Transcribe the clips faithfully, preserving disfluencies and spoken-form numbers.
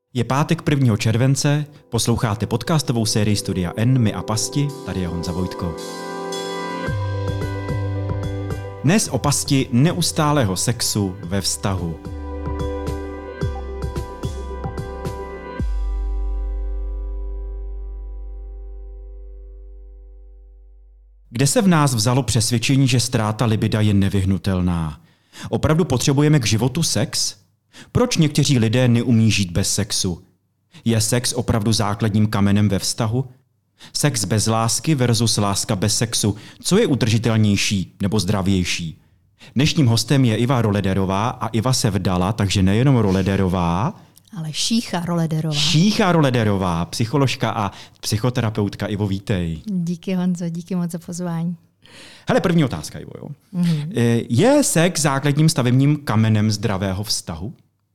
Je pátek prvního července, posloucháte podcastovou sérii Studia N, My a pasti, tady je Honza Vojtko. Dnes o pasti neustálého sexu ve vztahu. Kde se v nás vzalo přesvědčení, že ztráta libida je nevyhnutelná? Opravdu potřebujeme k životu sex? Proč někteří lidé neumí žít bez sexu? Je sex opravdu základním kamenem ve vztahu? Sex bez lásky versus láska bez sexu. Co je udržitelnější nebo zdravější? Dnešním hostem je Iva Rolederová a Iva se vdala, takže nejenom Rolederová, ale Šícha Rolederová. Šícha Rolederová, psycholožka a psychoterapeutka. Ivo, vítej. Díky, Honzo, díky moc za pozvání. Hele, první otázka, Ivo. Jo. Mm-hmm. Je sex základním stavebním kamenem zdravého vztahu?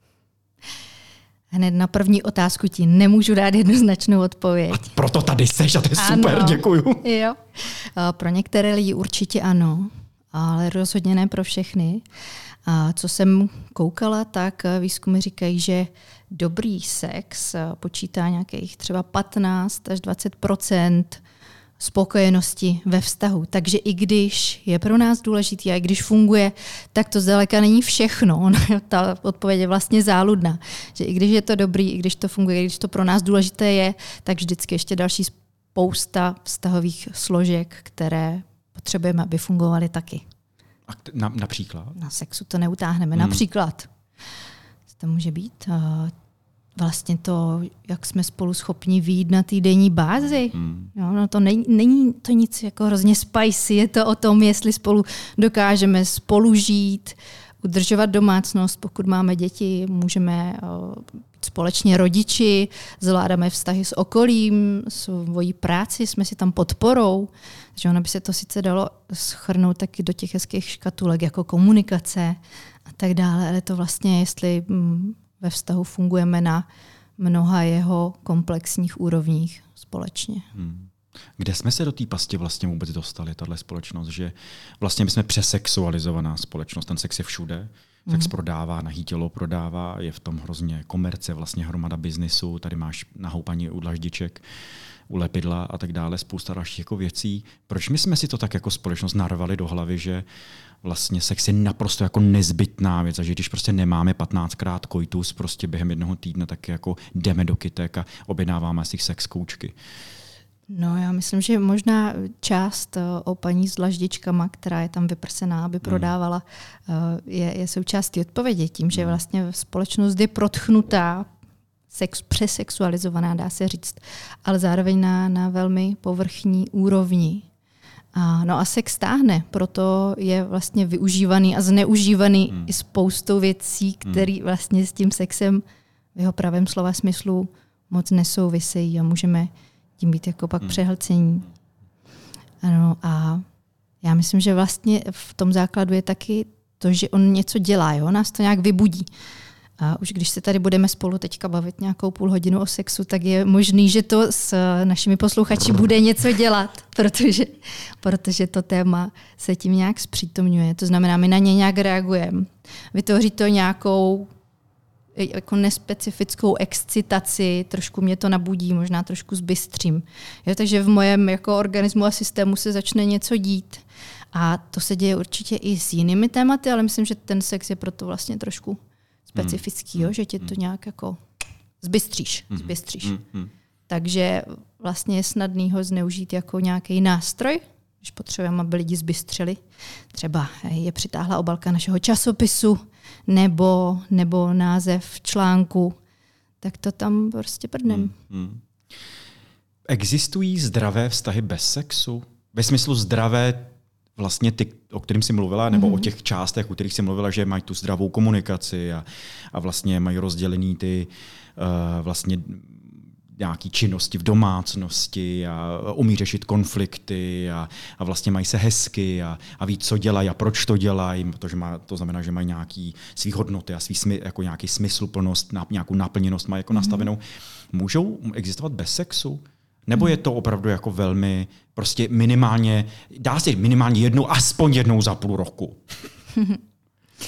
Hned na první otázku ti nemůžu dát jednoznačnou odpověď. A proto tady seš a to je super, ano, děkuju. Jo. Pro některé lidi určitě ano, ale rozhodně ne pro všechny. A co jsem koukala, tak výzkumy říkají, že dobrý sex počítá nějakých třeba patnáct až dvacet procent spokojenosti ve vztahu. Takže i když je pro nás důležitý a i když funguje, tak to zdaleka není všechno. Ta odpověď je vlastně záludná. Že i když je to dobrý, i když to funguje, i když to pro nás důležité je, tak vždycky ještě další spousta vztahových složek, které potřebujeme, aby fungovaly taky. A na, například? Na sexu to neutáhneme. Hmm. Například. To může být uh, vlastně to, jak jsme spolu schopni vyjít na týdenní bázi. Hmm. Jo, no to není, není to nic jako hrozně spicy, je to o tom, jestli spolu dokážeme spolu žít, udržovat domácnost, pokud máme děti, můžeme uh, společně rodiči, zvládáme vztahy s okolím, svoji práci, jsme si tam podporou. Takže ono by se to sice dalo shrnout taky do těch hezkých škatulek, jako komunikace a tak dále, ale to vlastně, jestli mm, ve vztahu fungujeme na mnoha jeho komplexních úrovních společně. Hmm. Kde jsme se do té pasti vlastně vůbec dostali, tahle společnost, že vlastně my jsme přesexualizovaná společnost, ten sex je všude, sex mm. prodává, nahý tělo prodává, je v tom hrozně komerce, vlastně hromada biznisu, tady máš nahoupaní u dlaždiček, u lepidla a tak dále, spousta dalších jako věcí. Proč my jsme si to tak jako společnost narvali do hlavy, že vlastně sex je naprosto jako nezbytná věc a že když prostě nemáme patnáctkrát koitus prostě během jednoho týdne, tak jako jdeme do kytek a objednáváme si sex koučky. No, já myslím, že možná část o paní s dlaždičkama, která je tam vyprsená, aby prodávala, je, je součástí odpovědi tím, že vlastně společnost je protchnutá, sex, přesexualizovaná, dá se říct, ale zároveň na, na velmi povrchní úrovni. A, no a sex táhne, proto je vlastně využívaný a zneužívaný hmm. i spoustou věcí, které vlastně s tím sexem v jeho pravém slova smyslu moc nesouvisejí a můžeme tím být jako pak hmm. přehlcení. Ano, a já myslím, že vlastně v tom základu je taky to, že on něco dělá, jo? Nás to nějak vybudí. A už když se tady budeme spolu teďka bavit nějakou půl hodinu o sexu, tak je možný, že to s našimi posluchači bude něco dělat, protože, protože to téma se tím nějak zpřítomňuje. To znamená, my na ně nějak reagujeme. Vytvoří to nějakou jako nespecifickou excitaci, trošku mě to nabudí, možná trošku zbystřím. Jo, takže v mém jako organismu a systému se začne něco dít. A to se děje určitě i s jinými tématy, ale myslím, že ten sex je proto vlastně trošku specifický, jo, že tě to nějak jako zbystříš. zbystříš. Takže vlastně je snadný ho zneužít jako nějaký nástroj, když potřebujeme, aby lidi zbystřili. Třeba je přitáhla obalka našeho časopisu nebo, nebo název článku, tak to tam prostě prdnem. Hmm, hmm. Existují zdravé vztahy bez sexu? Ve smyslu zdravé vlastně ty, o kterým jsi mluvila, nebo mm-hmm. o těch částech, o kterých jsi mluvila, že mají tu zdravou komunikaci a, a vlastně mají rozdělený ty uh, vlastně nějaký činnosti v domácnosti a umí řešit konflikty a, a vlastně mají se hezky a, a ví, co dělají a proč to dělají, protože má, to znamená, že mají nějaký svý hodnoty a svý smy, jako nějaký smysluplnost, nějakou naplněnost mají jako mm-hmm. nastavenou. Můžou existovat bez sexu? Nebo je to opravdu jako velmi, prostě minimálně, dá se minimálně jednou, aspoň jednou za půl roku?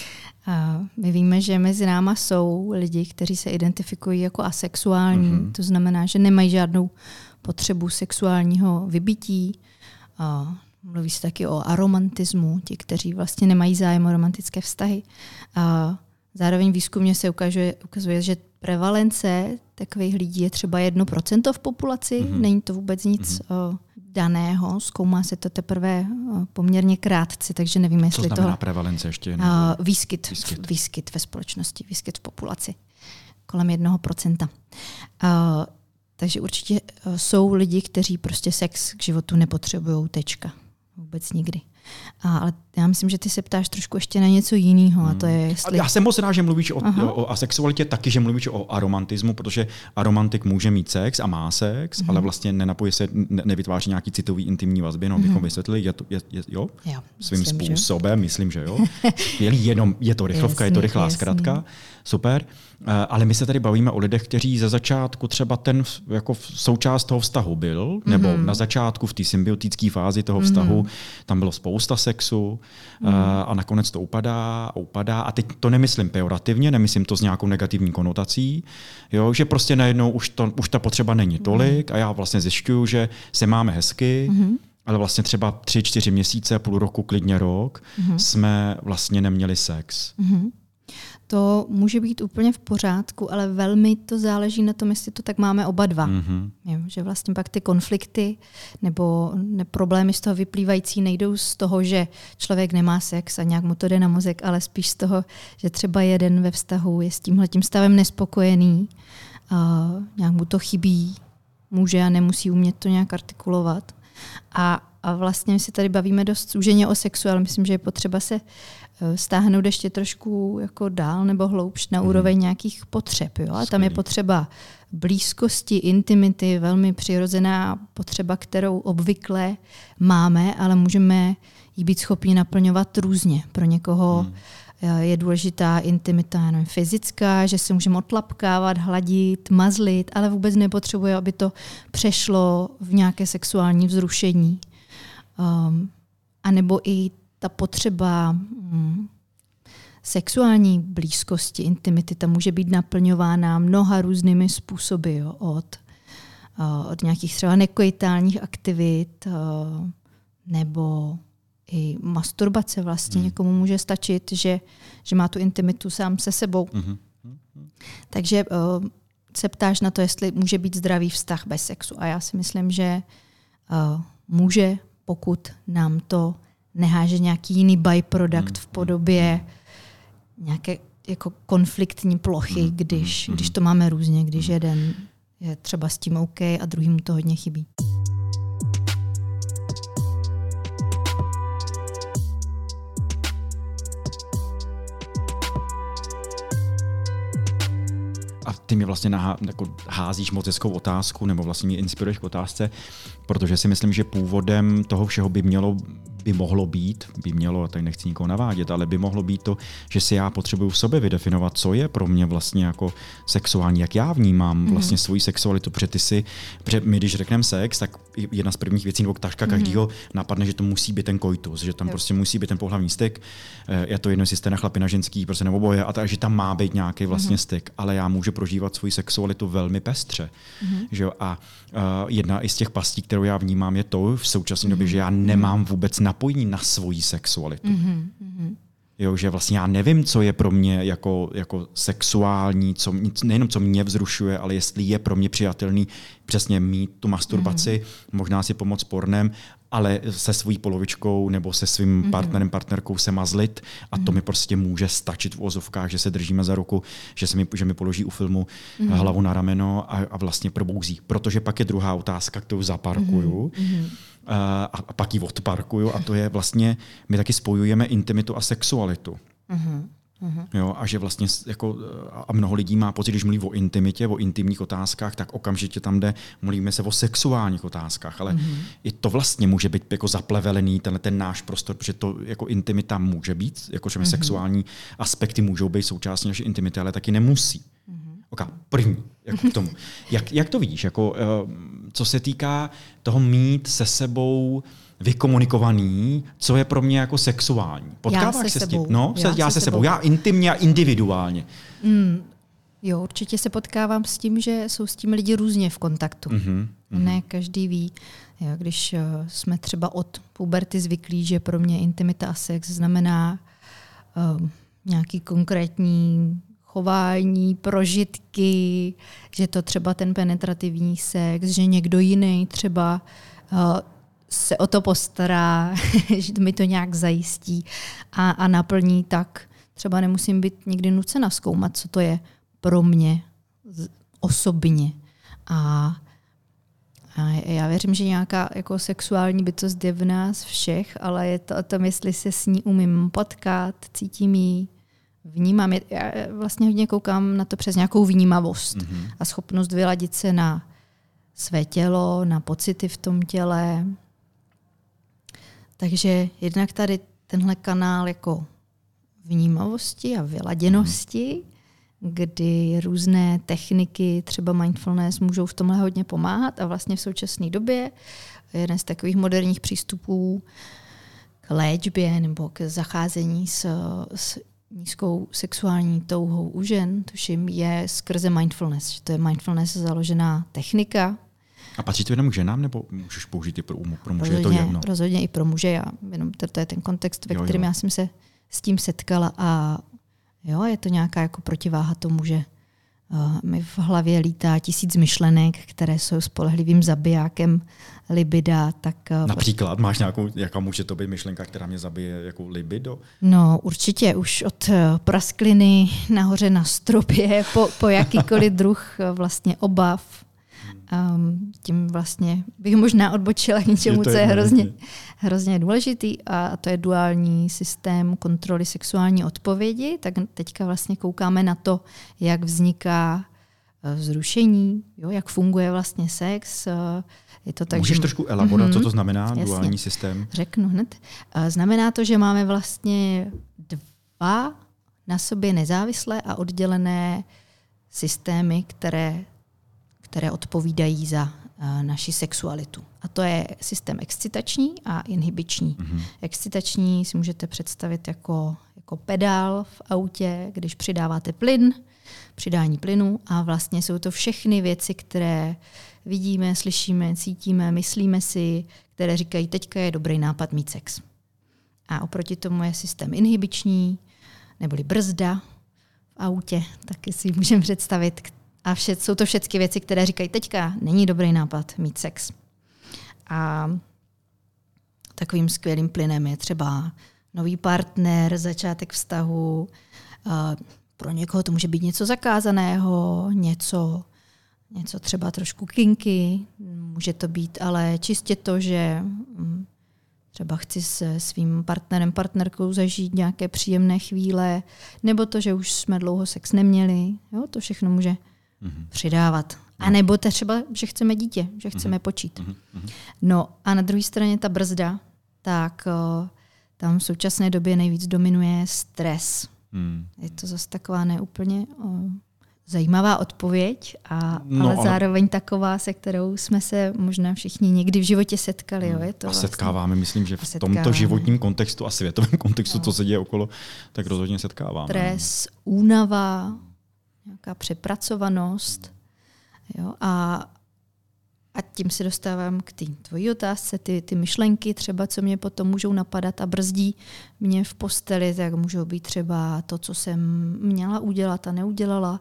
A my víme, že mezi náma jsou lidi, kteří se identifikují jako asexuální, mm-hmm. to znamená, že nemají žádnou potřebu sexuálního vybití. A mluví se taky o aromantismu, ti, kteří vlastně nemají zájem o romantické vztahy. A zároveň výzkumně se ukazuje, ukazuje, že prevalence takových lidí je třeba jedno procento v populaci, mm-hmm. není to vůbec nic mm-hmm. daného, zkoumá se to teprve poměrně krátce, to nevím, jestli to... Co znamená prevalence ještě? Uh, výskyt, výskyt. výskyt ve společnosti, výskyt v populaci. Kolem jednoho procenta. Uh, takže určitě jsou lidi, kteří prostě sex k životu nepotřebují, tečka. Vůbec nikdy. A, ale já myslím, že ty se ptáš trošku ještě na něco jiného. Hmm. A to je, jestli... Já jsem moc rád, že mluvíš o, o asexualitě, taky, že mluvíš o aromantismu, protože aromantik může mít sex a má sex, hmm. ale vlastně nenapojí se, ne, nevytváří nějaký citový intimní vazby, no, bychom hmm. vysvětlili, je to, je, je, jo? jo? Svým myslím, způsobem, že? myslím, že jo. Jenom je to rychlovka, jasný, je to rychlá zkratka. Super. Ale my se tady bavíme o lidech, kteří za začátku třeba ten jako součást toho vztahu byl, nebo mm-hmm. na začátku v té symbiotické fázi toho vztahu mm-hmm. tam bylo spousta sexu mm-hmm. a nakonec to upadá a upadá. A teď to nemyslím pejorativně, nemyslím to s nějakou negativní konotací, jo, že prostě najednou už, to, už ta potřeba není tolik a já vlastně zjišťuju, že se máme hezky, mm-hmm. ale vlastně třeba tři, čtyři měsíce, půl roku, klidně rok mm-hmm. jsme vlastně neměli sex. Mm-hmm. To může být úplně v pořádku, ale velmi to záleží na tom, jestli to tak máme oba dva. Mm-hmm. Jo, že vlastně pak ty konflikty nebo ne, problémy z toho vyplývající nejdou z toho, že člověk nemá sex a nějak mu to jde na mozek, ale spíš z toho, že třeba jeden ve vztahu je s tímhletím stavem nespokojený, a nějak mu to chybí, může a nemusí umět to nějak artikulovat. A, a vlastně my se tady bavíme dost zúženě o sexu, ale myslím, že je potřeba se stáhnout ještě trošku jako dál nebo hloubš na úroveň nějakých potřeb. Jo? A tam je potřeba blízkosti, intimity, velmi přirozená potřeba, kterou obvykle máme, ale můžeme ji být schopni naplňovat různě. Pro někoho hmm. je důležitá intimita nevím, fyzická, že se můžeme otlapkávat, hladit, mazlit, ale vůbec nepotřebuje, aby to přešlo v nějaké sexuální vzrušení. Um, a nebo i ta potřeba hm, sexuální blízkosti, intimity, ta může být naplňována mnoha různými způsoby. Jo, od, uh, od nějakých třeba nekoitálních aktivit uh, nebo i masturbace vlastně. Mm. Někomu může stačit, že, že má tu intimitu sám se sebou. Mm-hmm. Takže uh, se ptáš na to, jestli může být zdravý vztah bez sexu. A já si myslím, že uh, může, pokud nám to neháže nějaký jiný byproduct v podobě nějaké jako konfliktní plochy, když, když to máme různě, když jeden je třeba s tím OK a druhý mu to hodně chybí. A ty mi vlastně nahá, jako házíš moc hezkou otázku, nebo vlastně mě inspiruješ k otázce, protože si myslím, že původem toho všeho by mělo by mohlo být, by mělo, tak nechci nikoho navádět, ale by mohlo být to, že si já potřebuju v sobě vydefinovat, co je pro mě vlastně jako sexuální, jak já vnímám vlastně mm-hmm. svoji sexualitu, protože ty si, protože my když řekneme sex, tak jedna z prvních věcí, nebo takřka mm-hmm. každýho napadne, že to musí být ten koitus, že tam jo. prostě musí být ten pohlavní styk, je to jedno, jestli jste na chlapi, na ženský, prostě nebo oboje, a tak, že tam má být nějaký vlastně mm-hmm. styk, ale já můžu prožívat svoji sexualitu velmi pestře. Mm-hmm. Že jo? A uh, jedna i z těch pastí, kterou já vnímám, je to v současné mm-hmm. době, že já nemám vůbec napojení na svoji sexualitu. Mm-hmm. Jo, že vlastně já nevím, co je pro mě jako, jako sexuální, co, nejenom co mě vzrušuje, ale jestli je pro mě přijatelný přesně mít tu masturbaci, mm-hmm. možná si pomoct pornem, ale se svojí polovičkou nebo se svým mm-hmm. partnerem, partnerkou se mazlit a mm-hmm. to mi prostě může stačit v ozovkách, že se držíme za ruku, že, se mi, že mi položí u filmu mm-hmm. hlavu na rameno a, a vlastně probouzí. Protože pak je druhá otázka, kterou zaparkuju mm-hmm. a, a pak ji odparkuju a to je vlastně, my taky spojujeme intimitu a sexualitu. Mm-hmm. Uhum. Jo, a že vlastně jako, a mnoho lidí má pocit, když mluví o intimitě, o intimních otázkách, tak okamžitě tam jde, mluvíme se o sexuálních otázkách, ale uhum. i to vlastně může být jako zaplevelený, tenhle ten náš prostor, protože to jako intimita může být, jakože uhum. sexuální aspekty můžou být součástí naší intimity, ale taky nemusí. Mhm. Ok, první, jako k tomu. Jak, jak to vidíš? Jako, co se týká toho mít se sebou vykomunikovaný, co je pro mě jako sexuální. Potkáváš se, se s tím? No, já, já se, se sebou. sebou. Já intimně a individuálně. Mm, jo, určitě se potkávám s tím, že jsou s tím lidi různě v kontaktu. Mm-hmm, ne každý ví. Já, když uh, jsme třeba od puberty zvyklí, že pro mě intimita a sex znamená uh, nějaký konkrétní chování, prožitky, že to třeba ten penetrativní sex, že někdo jiný třeba uh, se o to postará, že mi to nějak zajistí a, a naplní, tak třeba nemusím být nikdy nucena zkoumat, co to je pro mě osobně. A, a já věřím, že nějaká jako sexuální bytost je v nás všech, ale je to o tom, jestli se s ní umím potkat, cítím ji, vnímám. Já vlastně hodně koukám na to přes nějakou vnímavost mm-hmm. a schopnost vyladit se na své tělo, na pocity v tom těle. Takže jednak tady tenhle kanál jako vnímavosti a vyladěnosti, mm. kdy různé techniky, třeba mindfulness, můžou v tomhle hodně pomáhat a vlastně v současné době jeden z takových moderních přístupů k léčbě nebo k zacházení s, s nízkou sexuální touhou u žen, tuším, je skrze mindfulness. To je mindfulness založená technika. A patří to jenom k ženám, nebo můžeš použít i pro, pro muže? Rozhodně, je to jedno? Rozhodně i pro muže. Já, jenom to, to je ten kontext, ve jo, kterém jo. já jsem se s tím setkala. A jo, je to nějaká jako protiváha tomu, že uh, mi v hlavě lítá tisíc myšlenek, které jsou spolehlivým zabijákem libida. Tak, uh, například máš nějakou, jaká může to být myšlenka, která mě zabije jako libido? No určitě už od uh, praskliny nahoře na stropě po, po jakýkoliv druh uh, vlastně obav. Um, tím vlastně bych možná odbočila k něčemu, co je hrozně, hrozně důležitý, a to je duální systém kontroly sexuální odpovědi. Tak teďka vlastně koukáme na to, jak vzniká vzrušení, jo, jak funguje vlastně sex. Je to tak, můžeš že... trošku elaborovat, mm-hmm, co to znamená, jasně, duální systém? Řeknu hned. Znamená to, že máme vlastně dva na sobě nezávislé a oddělené systémy, které které odpovídají za uh, naši sexualitu. A to je systém excitační a inhibiční. Mm-hmm. Excitační si můžete představit jako, jako pedál v autě, když přidáváte plyn, přidání plynu, a vlastně jsou to všechny věci, které vidíme, slyšíme, cítíme, myslíme si, které říkají, teďka je dobrý nápad mít sex. A oproti tomu je systém inhibiční, neboli brzda v autě, taky si můžeme představit. A vše, jsou to všechny věci, které říkají, teďka není dobrý nápad mít sex. A takovým skvělým plynem je třeba nový partner, začátek vztahu. Pro někoho to může být něco zakázaného, něco, něco třeba trošku kinky. Může to být ale čistě to, že třeba chci se svým partnerem, partnerkou zažít nějaké příjemné chvíle, nebo to, že už jsme dlouho sex neměli. Jo, to všechno může mm-hmm. přidávat. A nebo to třeba, že chceme dítě, že chceme mm-hmm. počít. Mm-hmm. No a na druhé straně ta brzda, tak uh, tam v současné době nejvíc dominuje stres. Mm. Je to zase taková neúplně uh, zajímavá odpověď, a, no, ale, ale zároveň taková, se kterou jsme se možná všichni někdy v životě setkali. Jo? Je to a vlastně, setkáváme, myslím, že v setkáváme. tomto životním kontextu a světovém kontextu, no. co se děje okolo, tak rozhodně setkáváme. Stres, únava, nějaká přepracovanost. Jo? A, a tím se dostávám k té tvojí otázce, ty, ty myšlenky třeba, co mě potom můžou napadat a brzdí mě v posteli, tak můžou být třeba to, co jsem měla udělat a neudělala.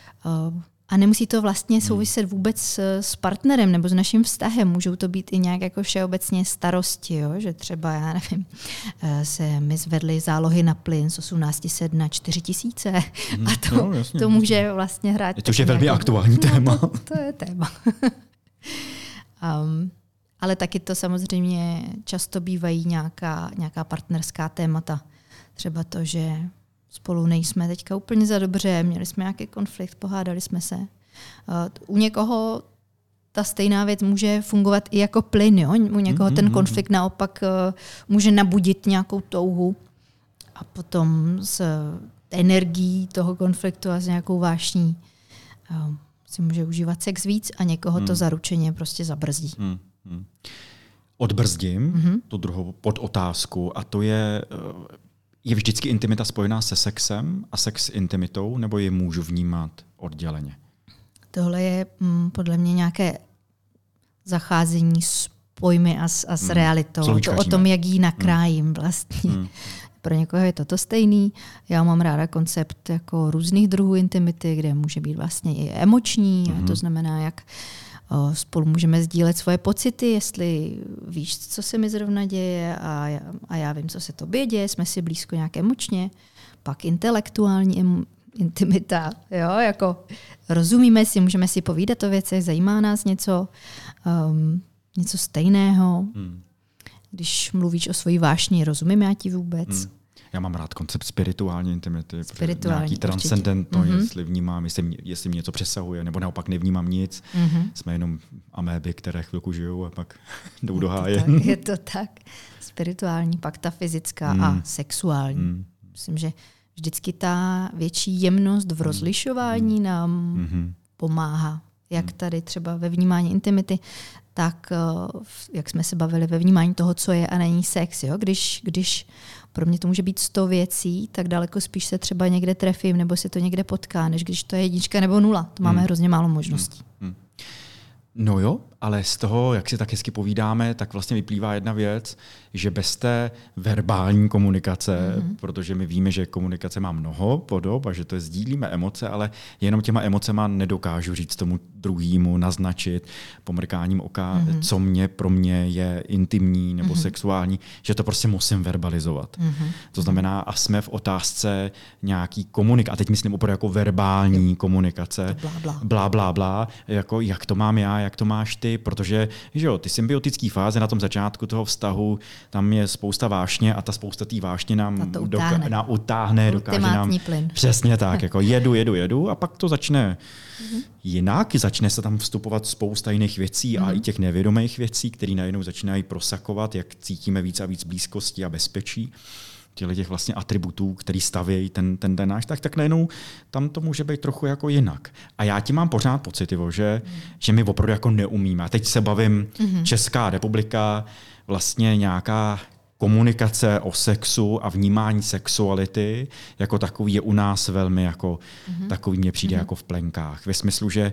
A nemusí to vlastně souviset vůbec s, s partnerem nebo s naším vztahem. Můžou to být i nějak jako všeobecně starosti, jo? Že třeba, já nevím, se mi zvedly zálohy na plyn z osmnáct set na čtyři tisíce. A to, no, jasně, to může jasně. vlastně hrát. Je to už je velmi aktuální téma. No, to, to je téma. um, ale taky to samozřejmě často bývají nějaká, nějaká partnerská témata. Třeba to, že spolu nejsme teďka úplně za dobře, měli jsme nějaký konflikt, pohádali jsme se. Uh, u někoho ta stejná věc může fungovat i jako plyn. Jo? U někoho ten konflikt naopak uh, může nabudit nějakou touhu a potom s energií toho konfliktu a s nějakou vášní uh, si může užívat sex víc a někoho hmm. to zaručeně prostě zabrzdí. Hmm. Hmm. Odbrzdím mm-hmm. tu druhou podotázku a to je, je vždycky intimita spojená se sexem a sex s intimitou, nebo je můžu vnímat odděleně? Tohle je mm, podle mě nějaké zacházení s pojmy a s, a s mm. realitou. To o tom, jak ji nakrájím vlastně. Mm. Pro někoho je toto stejný. Já mám ráda koncept jako různých druhů intimity, kde může být vlastně i emoční, mm. a to znamená, jak spolu můžeme sdílet svoje pocity, jestli víš, co se mi zrovna děje a já, a já vím, co se tobě děje, jsme si blízko nějak emočně, pak intelektuální em, intimita, jo, jako rozumíme si, můžeme si povídat o věcech, zajímá nás něco, um, něco stejného. Hmm. Když mluvíš o svojí vášni, rozumím já ti vůbec. Hmm. Já mám rád koncept spirituální intimity, spirituální, nějaký transcendentno, mm-hmm. jestli vnímám, jestli mě, jestli mě něco přesahuje, nebo naopak nevnímám nic. Mm-hmm. Jsme jenom améby, které chvilku žijou a pak jdou do háje. Tak, je to tak. Spirituální, pak ta fyzická mm. a sexuální. Mm. Myslím, že vždycky ta větší jemnost v rozlišování nám mm-hmm. pomáhá. Jak tady třeba ve vnímání intimity, tak jak jsme se bavili ve vnímání toho, co je a není sex. Jo? Když, když pro mě to může být sto věcí, tak daleko spíš se třeba někde trefím nebo se to někde potká, než když to je jednička nebo nula. To máme hmm. hrozně málo možností. Hmm. No jo, ale z toho, jak si tak hezky povídáme, tak vlastně vyplývá jedna věc, že bez té verbální komunikace, mm-hmm. protože my víme, že komunikace má mnoho podob a že to je sdílíme emoce, ale jenom těma emocema nedokážu říct tomu druhému, naznačit pomrkáním oka, mm-hmm. co mě pro mě je intimní nebo mm-hmm. sexuální, že to prostě musím verbalizovat. Mm-hmm. To znamená, a jsme v otázce nějaký komunikace, a teď myslím opravdu jako verbální komunikace, blá, blá. blá, blá, blá, jako jak to mám já, jak to máš ty, protože že jo, ty symbiotické fáze na tom začátku toho vztahu, tam je spousta vášně a ta spousta té vášně nám to utáhne, doka- nám utáhne dokáže nám plyn. Přesně tak, jako jedu, jedu, jedu a pak to začne mm-hmm. jinak, začne se tam vstupovat spousta jiných věcí mm-hmm. a i těch nevědomých věcí, které najednou začínají prosakovat, jak cítíme víc a víc blízkosti a bezpečí. Těle těch vlastně atributů, který stavějí ten, ten, ten náš, tak, tak najednou tam to může být trochu jako jinak. A já ti mám pořád pocitivo, že, mm. že my opravdu jako neumíme. A teď se bavím mm-hmm. Česká republika, vlastně nějaká komunikace o sexu a vnímání sexuality jako takový je u nás velmi jako mm-hmm. takový mě přijde mm-hmm. jako v plenkách. Ve smyslu, že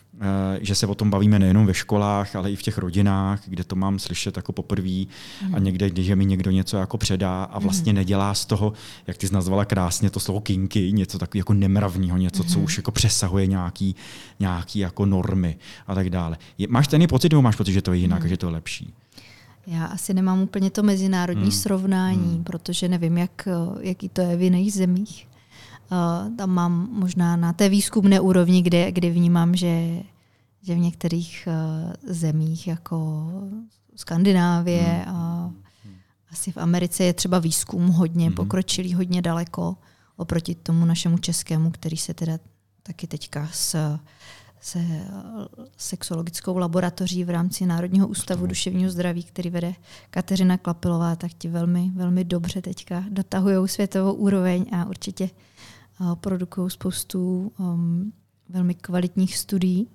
že se o tom bavíme nejenom ve školách, ale i v těch rodinách, kde to mám slyšet jako poprvé mm. a někde, když mi někdo něco jako předá a vlastně mm. nedělá z toho, jak ty jsi nazvala krásně to slovo kinky, něco takového jako nemravního, něco, mm. co už jako přesahuje nějaký, nějaký jako normy a tak dále. Je, máš ten pocit, nebo máš pocit, že to je jinak, mm. že to je lepší? Já asi nemám úplně to mezinárodní mm. srovnání, mm. protože nevím, jak, jaký to je v jiných zemích. Uh, tam mám možná na té výzkumné úrovni, kde, kde vnímám, že, že v některých uh, zemích jako Skandinávie hmm. a asi v Americe je třeba výzkum hodně hmm. pokročilý, hodně daleko oproti tomu našemu českému, který se teda taky teďka s, se sexologickou laboratoří v rámci Národního ústavu duševního zdraví, který vede Kateřina Klapilová, tak ti velmi, velmi dobře teďka dotahujou světovou úroveň a určitě produkují spoustu um, velmi kvalitních studií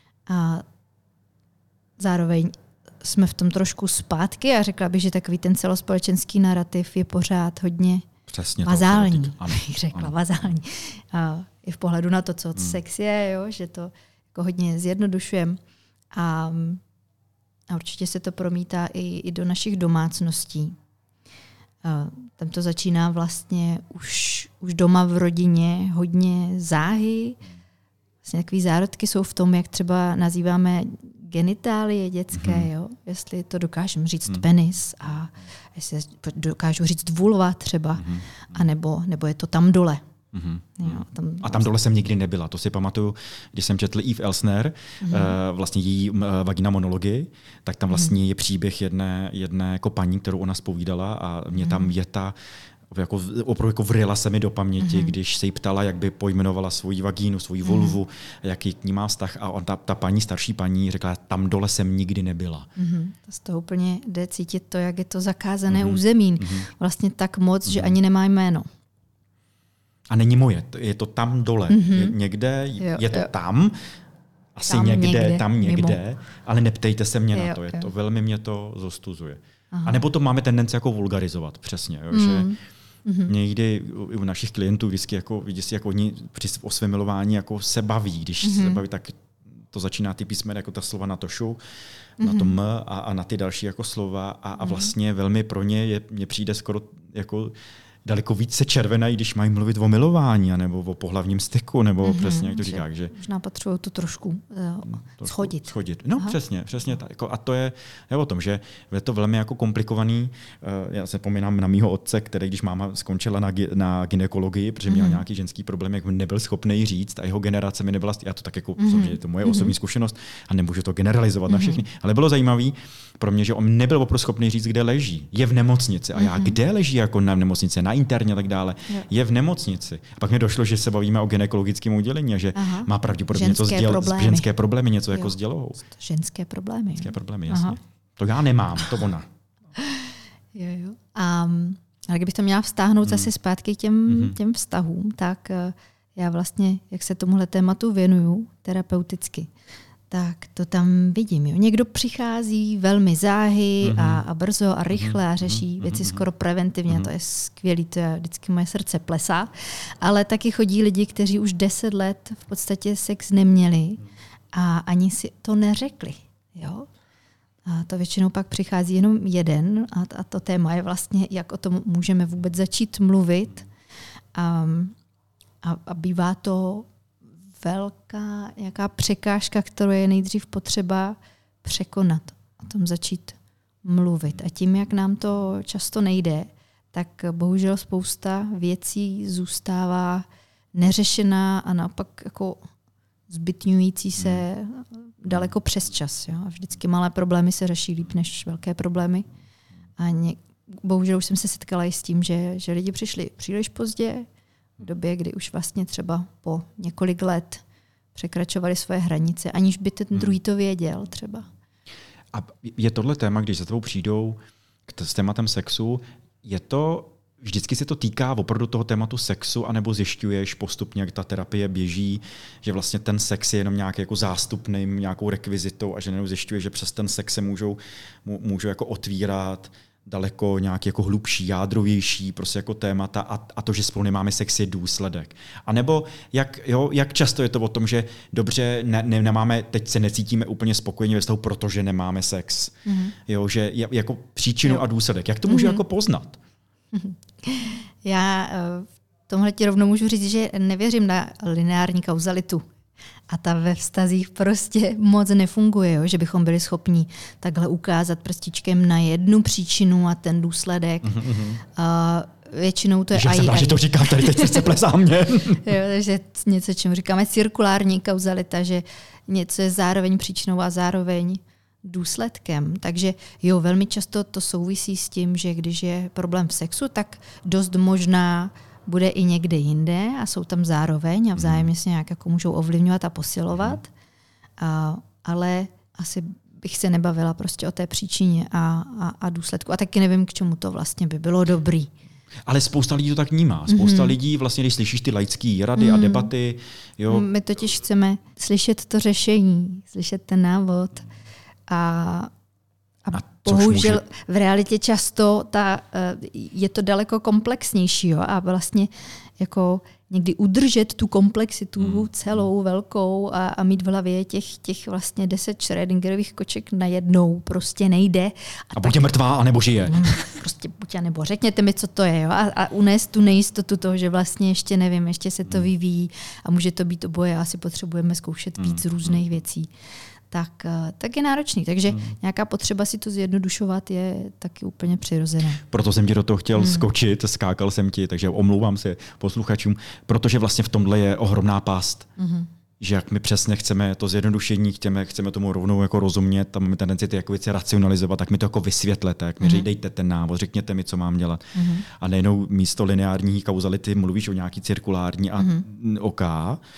a zároveň jsme v tom trošku zpátky a řekla bych, že takový ten celospolečenský narrativ je pořád hodně Přesně vazální. To, ano, řekla ano. vazální. A i v pohledu na to, co hmm. sex je, jo, že to jako hodně zjednodušujeme. A, a určitě se to promítá i, i do našich domácností. Uh, tam to začíná vlastně už, už doma v rodině hodně záhy. Vlastně takový zárodky jsou v tom, jak třeba nazýváme genitálie dětské, mm. jo? Jestli to dokážeme říct mm. penis a jestli dokážu říct vulva třeba, mm. anebo, nebo je to tam dole. Mm-hmm. Jo, tam a tam dole jsem nikdy nebyla. To si pamatuju, když jsem četl Eve Elsner, mm-hmm. uh, vlastně její uh, vagina monology, tak tam vlastně mm-hmm. je příběh jedné, jedné jako paní, kterou ona zpovídala a mě mm-hmm. tam věta jako, opravdu jako vryla se mi do paměti, mm-hmm. když se jí ptala, jak by pojmenovala svoji vagínu, svoji vulvu, mm-hmm. jaký k ní má vztah a on, ta, ta paní, starší paní řekla, tam dole jsem nikdy nebyla. Mm-hmm. To z toho úplně jde cítit to, jak je to zakázané mm-hmm. území. Mm-hmm. Vlastně tak moc, mm-hmm. že ani nemá jméno. A není moje, je to tam dole. Mm-hmm. Je, někde jo, je to jo. tam asi tam někde, někde, tam někde, mimo. Ale neptejte se mě jo, na to. Je jo. to velmi mě to zostuzuje. Aha. A nebo to máme tendenci jako vulgarizovat, přesně. Jo, mm. že mm-hmm. někdy u našich klientů vždycky jako, vidí si, jak oni při osvěmilování jako se baví. Když mm-hmm. se baví, tak to začíná ty písmena, jako ta slova na tošu, mm-hmm. na to m a, a na ty další jako slova. A, a vlastně velmi pro ně je, mně přijde skoro jako daleko více červenají, když mají mluvit o milování, nebo o pohlavním styku, nebo mm-hmm, přesně, jak to říká. Že možná potřebují to trošku, uh, schodit. schodit. No, Aha. přesně, přesně tak. Jako, a to je, je o tom, že je to velmi jako komplikovaný. Uh, já se vzpomínám na mýho otce, který, když máma skončila na, na gynekologii, protože měla mm-hmm. nějaký ženský problém, jak nebyl schopný říct, a jeho generace mi nebyla, já to tak jako, mm-hmm. je to moje mm-hmm. osobní zkušenost a nemůžu to generalizovat mm-hmm. na všechny, ale bylo zajímavý pro mě, že on nebyl opravdu schopný říct, kde leží. Je v nemocnici. A já, mm-hmm. kde leží jako na nemocnici, na interně a tak dále. Je. je v nemocnici. A pak mi došlo, že se bavíme o gynekologickém oddělení a že Aha. má pravděpodobně něco s děl, problémy. ženské problémy, něco jo. jako s dělohou. Ženské problémy. Ženské problémy, jasně. Aha. To já nemám, to ona. jo, jo. Um, ale kdybych to měla vztáhnout hmm. zase zpátky k těm, mm-hmm. těm vztahům, tak uh, já vlastně, jak se tomuhle tématu věnuju terapeuticky, tak to tam vidím. Jo. Někdo přichází velmi záhy mm-hmm. a, a brzo a rychle a řeší mm-hmm. věci skoro preventivně. Mm-hmm. To je skvělý, to je vždycky moje srdce plesá. Ale taky chodí lidi, kteří už deset let v podstatě sex neměli a ani si to neřekli. Jo? A to většinou pak přichází jenom jeden a, a to téma je vlastně, jak o tom můžeme vůbec začít mluvit. A, a, a bývá to velká nějaká překážka, kterou je nejdřív potřeba překonat. O tom začít mluvit. A tím, jak nám to často nejde, tak bohužel spousta věcí zůstává neřešená a naopak jako zbytňující se daleko přes čas. Jo? A vždycky malé problémy se řeší líp než velké problémy. A ně, bohužel už jsem se setkala i s tím, že, že lidi přišli příliš pozdě, v době, kdy už vlastně třeba po několik let překračovali svoje hranice, aniž by ten druhý to věděl třeba. A je tohle téma, když za tebou přijdou k s tématem sexu, je to, vždycky se to týká opravdu toho tématu sexu, anebo zjišťuješ postupně, jak ta terapie běží, že vlastně ten sex je jenom nějaký jako zástupným, nějakou rekvizitou a že jenom zjišťuješ, že přes ten sex se můžou, můžou jako otvírat daleko nějaký jako hlubší, jádrovější prostě jako témata a, a to, že spolu nemáme sex, je důsledek. A nebo jak, jo, jak často je to o tom, že dobře, ne, ne, nemáme, teď se necítíme úplně spokojení ve vztahu, protože nemáme sex. Mm-hmm. Jo, že jako příčinu jo. a důsledek. Jak to můžu mm-hmm. jako poznat? Já v tomhle ti rovnou můžu říct, že nevěřím na lineární kauzalitu. A ta ve vztazích prostě moc nefunguje, jo? Že bychom byli schopni takhle ukázat prstičkem na jednu příčinu a ten důsledek. Mm-hmm. A většinou to je... Já jsem rád, že to říkám, tady teď srdce plesá mě. Jo, takže něco, čemu říkáme cirkulární kauzalita, že něco je zároveň příčinou a zároveň důsledkem. Takže jo, velmi často to souvisí s tím, že když je problém v sexu, tak dost možná bude i někde jinde a jsou tam zároveň a vzájemně se nějak jako můžou ovlivňovat a posilovat. A, ale asi bych se nebavila prostě o té příčině a, a, a důsledku. A taky nevím, k čemu to vlastně by bylo dobrý. Ale spousta lidí to tak vnímá. Spousta mm-hmm. lidí vlastně, když slyšíš ty laické rady mm. a debaty. Jo. My totiž chceme slyšet to řešení, slyšet ten návod. A, a, a bohužel může... v realitě často ta, je to daleko komplexnější. Jo? A vlastně jako někdy udržet tu komplexitu hmm. celou velkou a, a mít v hlavě těch, těch vlastně deset Schrödingerových koček najednou prostě nejde. A, a buď je mrtvá, anebo žije. Prostě buď a nebo řekněte mi, co to je. Jo? A, a unést tu nejistotu toho, že vlastně ještě nevím, ještě se to vyvíjí a může to být oboje. Asi potřebujeme zkoušet víc hmm. různých věcí. Tak, tak je náročný. Takže hmm. nějaká potřeba si to zjednodušovat je taky úplně přirozená. Proto jsem ti do toho chtěl hmm. skočit, skákal jsem ti, takže omlouvám se posluchačům, protože vlastně v tomhle je ohromná past. Hmm. Že jak my přesně chceme to zjednodušení, chceme, chceme tomu rovnou jako rozumět, tam máme tendenci ty jako věci racionalizovat, tak mi to jako vysvětlete, jak mi hmm. dejte ten návod, řekněte mi, co mám dělat. Hmm. A nejenom místo lineární kauzality mluvíš o nějaký cirkulární a hmm. OK.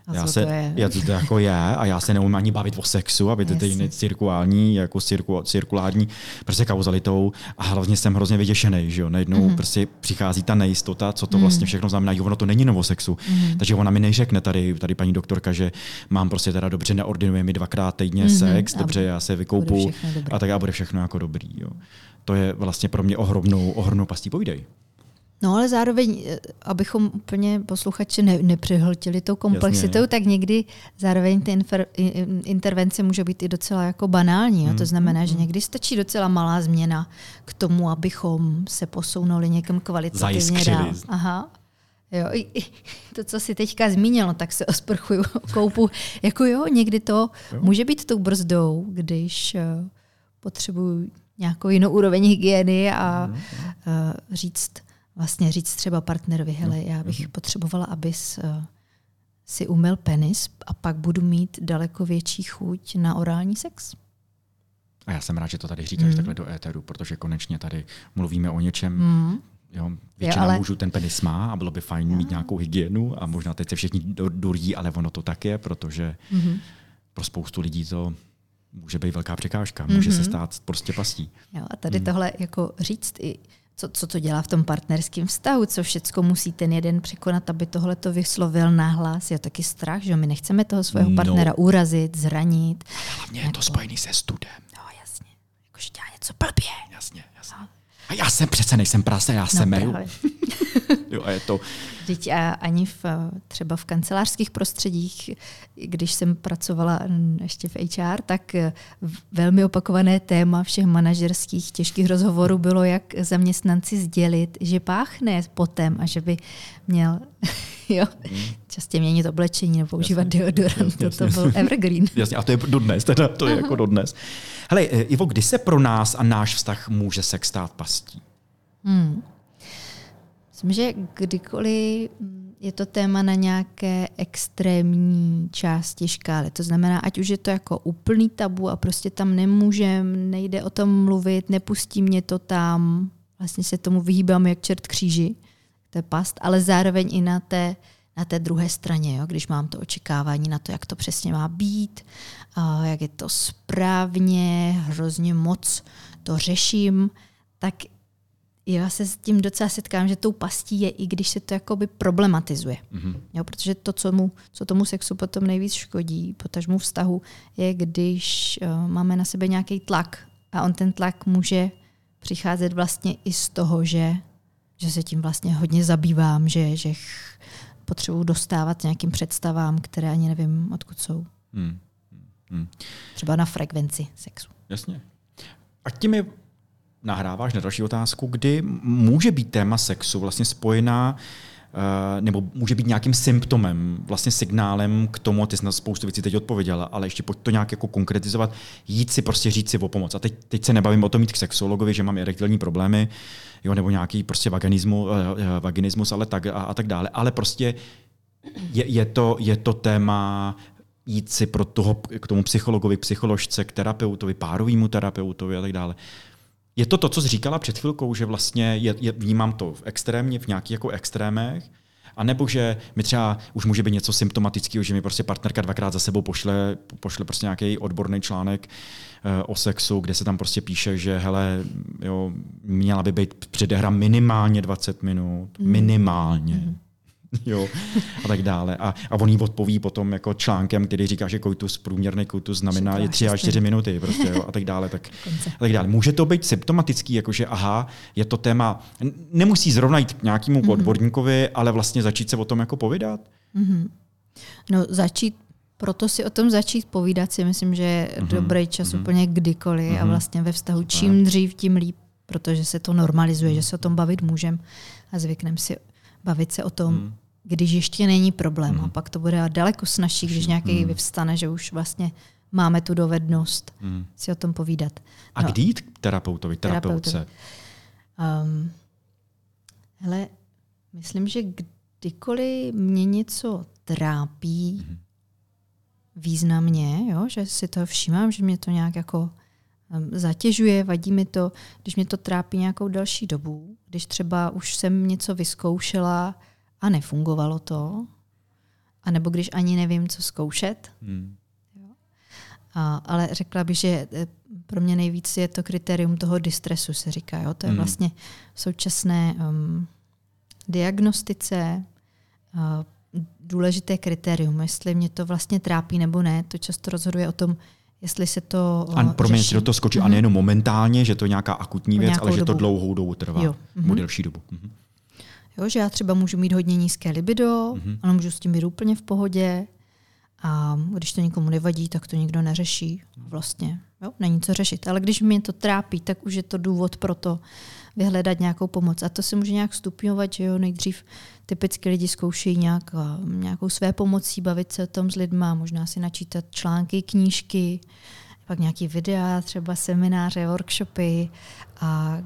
A já co se, to je? Já, to, to jako je a já se neumím ani bavit o sexu, aby to je cirkulární, jako cirku, cirkulární prostě kauzalitou a hlavně jsem hrozně vyděšený, že jo. Najednou mm. prostě přichází ta nejistota, co to mm. vlastně všechno znamená. Jo, ono to není jenom o sexu. Mm. Takže ona mi neřekne tady, tady paní doktorka, že mám prostě teda dobře, neordinuje mi dvakrát týdně mm. sex, dobře, já se vykoupu a tak a bude všechno jako dobrý. Jo. To je vlastně pro mě ohromnou, ohromnou pastí, povídej. No ale zároveň, abychom úplně posluchače ne, nepřehltili tou komplexitou, Jasně. tak někdy zároveň ty infer, intervence může být i docela jako banální. Hmm. To znamená, že někdy stačí docela malá změna k tomu, abychom se posunuli někam kvalitativně dál. Aha. Jo, i to, co jsi teďka zmínil, tak se osprchuju, koupu. Jako jo, někdy to jo. může být tou brzdou, když uh, potřebuju nějakou jinou úroveň hygieny a uh, říct Vlastně říct třeba partnerovi, hele, já bych potřebovala, abys uh, si umyl penis a pak budu mít daleko větší chuť na orální sex. A já jsem rád, že to tady říkáš mm. takhle do éteru, protože konečně tady mluvíme o něčem, mm. jo, většina jo, ale... mužů ten penis má a bylo by fajn jo. mít nějakou hygienu a možná teď se všichni durí, ale ono to tak je, protože mm. pro spoustu lidí to může být velká překážka, může mm-hmm. se stát prostě pastí. Jo, a tady mm. tohle jako říct i Co, co to dělá v tom partnerském vztahu, co všecko musí ten jeden překonat, aby tohle to vyslovil nahlas. Je taky strach, že my nechceme toho svého partnera no. urazit, zranit. Ale hlavně je to spojený se studem. No jasně, jakože dělá něco blbě. Jasně, jasně. No. A já jsem přece nejsem prase, já no, jsem meju. Jo, a je to... Vždyť a ani v, třeba v kancelářských prostředích, když jsem pracovala ještě v H R, tak velmi opakované téma všech manažerských těžkých rozhovorů bylo, jak zaměstnanci sdělit, že páchne potom a že by měl jo, častě měnit oblečení nebo používat deodorant. To, to byl evergreen. Jasně, a to je dodnes, teda to je jako dodnes. Hele, Ivo, kdy se pro nás a náš vztah může sex stát pastí? Hmm. Myslím, že kdykoliv je to téma na nějaké extrémní části škály. To znamená, ať už je to jako úplný tabu a prostě tam nemůžem, nejde o tom mluvit, nepustí mě to tam, vlastně se tomu vyhýbám jak čert kříži, to je past, ale zároveň i na té, na té druhé straně, jo, když mám to očekávání na to, jak to přesně má být, jak je to správně, hrozně moc to řeším, tak já se s tím docela setkám, že tou pastí je, i když se to jakoby problematizuje. Mm-hmm. Jo, protože to, co, mu, co tomu sexu potom nejvíc škodí, potažmu vztahu, je, když uh, máme na sebe nějaký tlak a on ten tlak může přicházet vlastně i z toho, že, že se tím vlastně hodně zabývám, že, že potřebuji dostávat nějakým představám, které ani nevím, odkud jsou. Mm. Mm. Třeba na frekvenci sexu. Jasně. A tím je nahráváš na další otázku, kdy může být téma sexu vlastně spojená nebo může být nějakým symptomem, vlastně signálem k tomu, ty jsi na spoustu věcí teď odpověděla, ale ještě pojď to nějak jako konkretizovat, jít si prostě říct si o pomoc. A teď, teď se nebavím o tom jít k sexuologovi, že mám erektilní problémy, jo, nebo nějaký prostě vaginismus, vaginismus ale tak, a, a tak dále, ale prostě je, je, to, je to téma jít si pro toho, k tomu psychologovi, psycholožce, k terapeutovi, párovému terapeutovi a tak dále. Je to to, co jsi říkala před chvilkou, že vlastně je, je, vnímám to v extrémně, v nějakých jako extrémech, anebo že mi třeba už může být něco symptomatického, že mi prostě partnerka dvakrát za sebou pošle, pošle prostě nějaký odborný článek uh, o sexu, kde se tam prostě píše, že hele, jo, měla by být předehra minimálně dvacet minut, mm. minimálně. Mm. Jo, a tak dále. A, a on jí odpoví potom jako článkem, který říká, že koitus, průměrný koitus znamená je tři až čtyři minuty prostě, jo, a tak dále. Tak, a tak dále. Může to být symptomatický, jakože aha, je to téma, nemusí zrovna jít k nějakému mm-hmm. odborníkovi, ale vlastně začít se o tom jako povídat? Mm-hmm. No začít, proto si o tom začít povídat si myslím, že je mm-hmm. dobrý čas mm-hmm. úplně kdykoliv mm-hmm. a vlastně ve vztahu čím dřív, tím líp, protože se to normalizuje, mm-hmm. že se o tom bavit můžem a zvykneme si bavit se o tom, mm. když ještě není problém. Mm. A pak to bude daleko snazší, když nějaký mm. vyvstane, že už vlastně máme tu dovednost mm. si o tom povídat. A no, kdy jít k terapeutovi, terapeutce? Um, hele, myslím, že kdykoliv mě něco trápí mm. významně, jo, že si toho všímám, že mě to nějak jako zatěžuje, vadí mi to, když mě to trápí nějakou další dobu, když třeba už jsem něco vyzkoušela a nefungovalo to A nebo když ani nevím, co zkoušet. Hmm. Jo. A, ale řekla bych, že pro mě nejvíc je to kritérium toho distresu, se říká. Jo? To je hmm. vlastně v současné um, diagnostice uh, důležité kritérium. Jestli mě to vlastně trápí nebo ne, to často rozhoduje o tom, jestli se to uh, A pro mě do toho skočí, mm-hmm. a nejenom momentálně, že to je nějaká akutní věc, ale dobu. Že to dlouhou dobu trvá, jo. nebo delší dobu. Mm-hmm. Jo, že já třeba můžu mít hodně nízké libido, mm-hmm. ale můžu s tím být úplně v pohodě a když to nikomu nevadí, tak to nikdo neřeší. Vlastně jo, není co řešit. Ale když mě to trápí, tak už je to důvod pro to vyhledat nějakou pomoc. A to se může nějak stupňovat, že jo, nejdřív typicky lidi zkoušejí nějak, nějakou své pomocí, bavit se o tom s lidma, možná si načítat články, knížky, pak nějaký videa, třeba semináře, workshopy a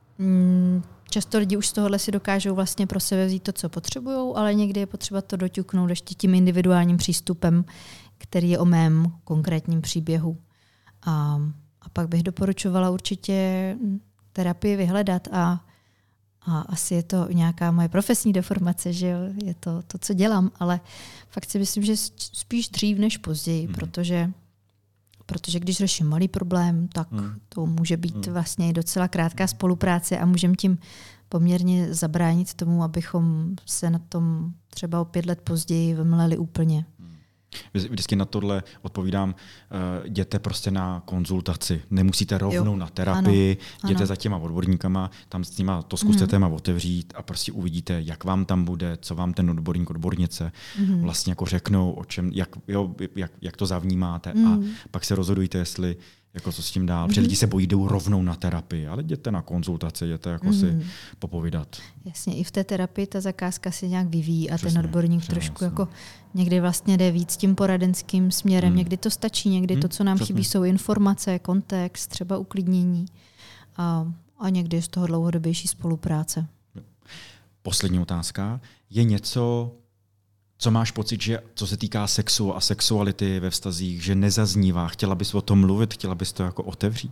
mm, často lidi už z tohohle si dokážou vlastně pro sebe vzít to, co potřebují, ale někdy je potřeba to doťuknout ještě tím individuálním přístupem, který je o mém konkrétním příběhu. A, a pak bych doporučovala určitě terapii vyhledat a, a asi je to nějaká moje profesní deformace, že jo? Je to to, co dělám, ale fakt si myslím, že spíš dřív než později, hmm. protože Protože když řeším malý problém, tak hmm. to může být hmm. vlastně i docela krátká spolupráce a můžeme tím poměrně zabránit tomu, abychom se na tom třeba o pět let později vymleli úplně. Vždycky na tohle odpovídám, jděte prostě na konzultaci. Nemusíte rovnou jo. na terapii, ano. jděte ano. za těma odborníkama, tam s nima to zkuste mm. téma otevřít a prostě uvidíte, jak vám tam bude, co vám ten odborník, odbornice mm. vlastně jako řeknou, o čem, jak, jo, jak, jak to zavnímáte mm. a pak se rozhodujte, jestli jako co s tím dál. Mm. Protože lidi se bojí, jdou rovnou na terapii, ale jděte na konzultaci, jděte jako mm. si popovídat. Jasně, i v té terapii ta zakázka se nějak vyvíjí a přesně, ten odborník přesně, trošku jasně. jako někdy vlastně jde víc tím poradenským směrem, mm. někdy to stačí, někdy mm. to, co nám přesně. chybí, jsou informace, kontext, třeba uklidnění a, a někdy je z toho dlouhodobější spolupráce. Poslední otázka. Je něco, co máš pocit, že co se týká sexu a sexuality ve vztazích, že nezaznívá? Chtěla bys o tom mluvit? Chtěla bys to jako otevřít?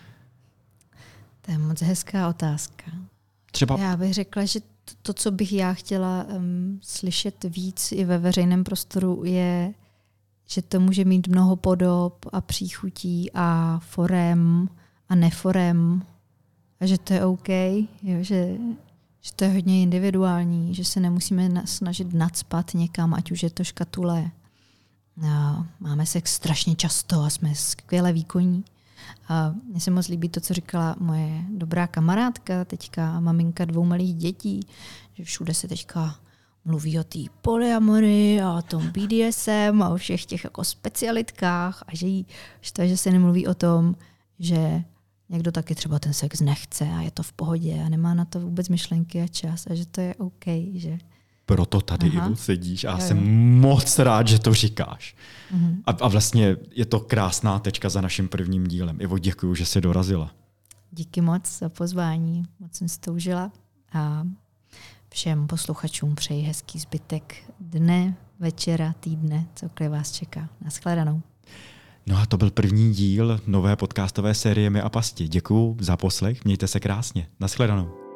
To je moc hezká otázka. Třeba... Já bych řekla, že to, co bych já chtěla um, slyšet víc i ve veřejném prostoru, je, že to může mít mnoho podob a příchutí a forem a neforem a že to je OK, jo, že že to je hodně individuální, že se nemusíme snažit nacpat někam, ať už je to škatule. Máme sex strašně často a jsme skvěle výkonní. A mně se moc líbí to, co říkala moje dobrá kamarádka, teďka maminka dvou malých dětí, že všude se teďka mluví o té polyamory a o tom B D S M a o všech těch jako specialitkách a že, jí, že, to, že se nemluví o tom, že někdo taky třeba ten sex nechce a je to v pohodě a nemá na to vůbec myšlenky a čas a že to je OK. Že... Proto tady Ivo sedíš a já jsem moc rád, že to říkáš. Uh-huh. A, a vlastně je to krásná tečka za naším prvním dílem. Ivo, děkuju, že jsi dorazila. Díky moc za pozvání, moc jsem si to užila a všem posluchačům přeji hezký zbytek dne, večera, týdne, cokoliv vás čeká. Naschledanou. No a to byl první díl nové podcastové série My a pasti. Děkuju za poslech, mějte se krásně. Naschledanou.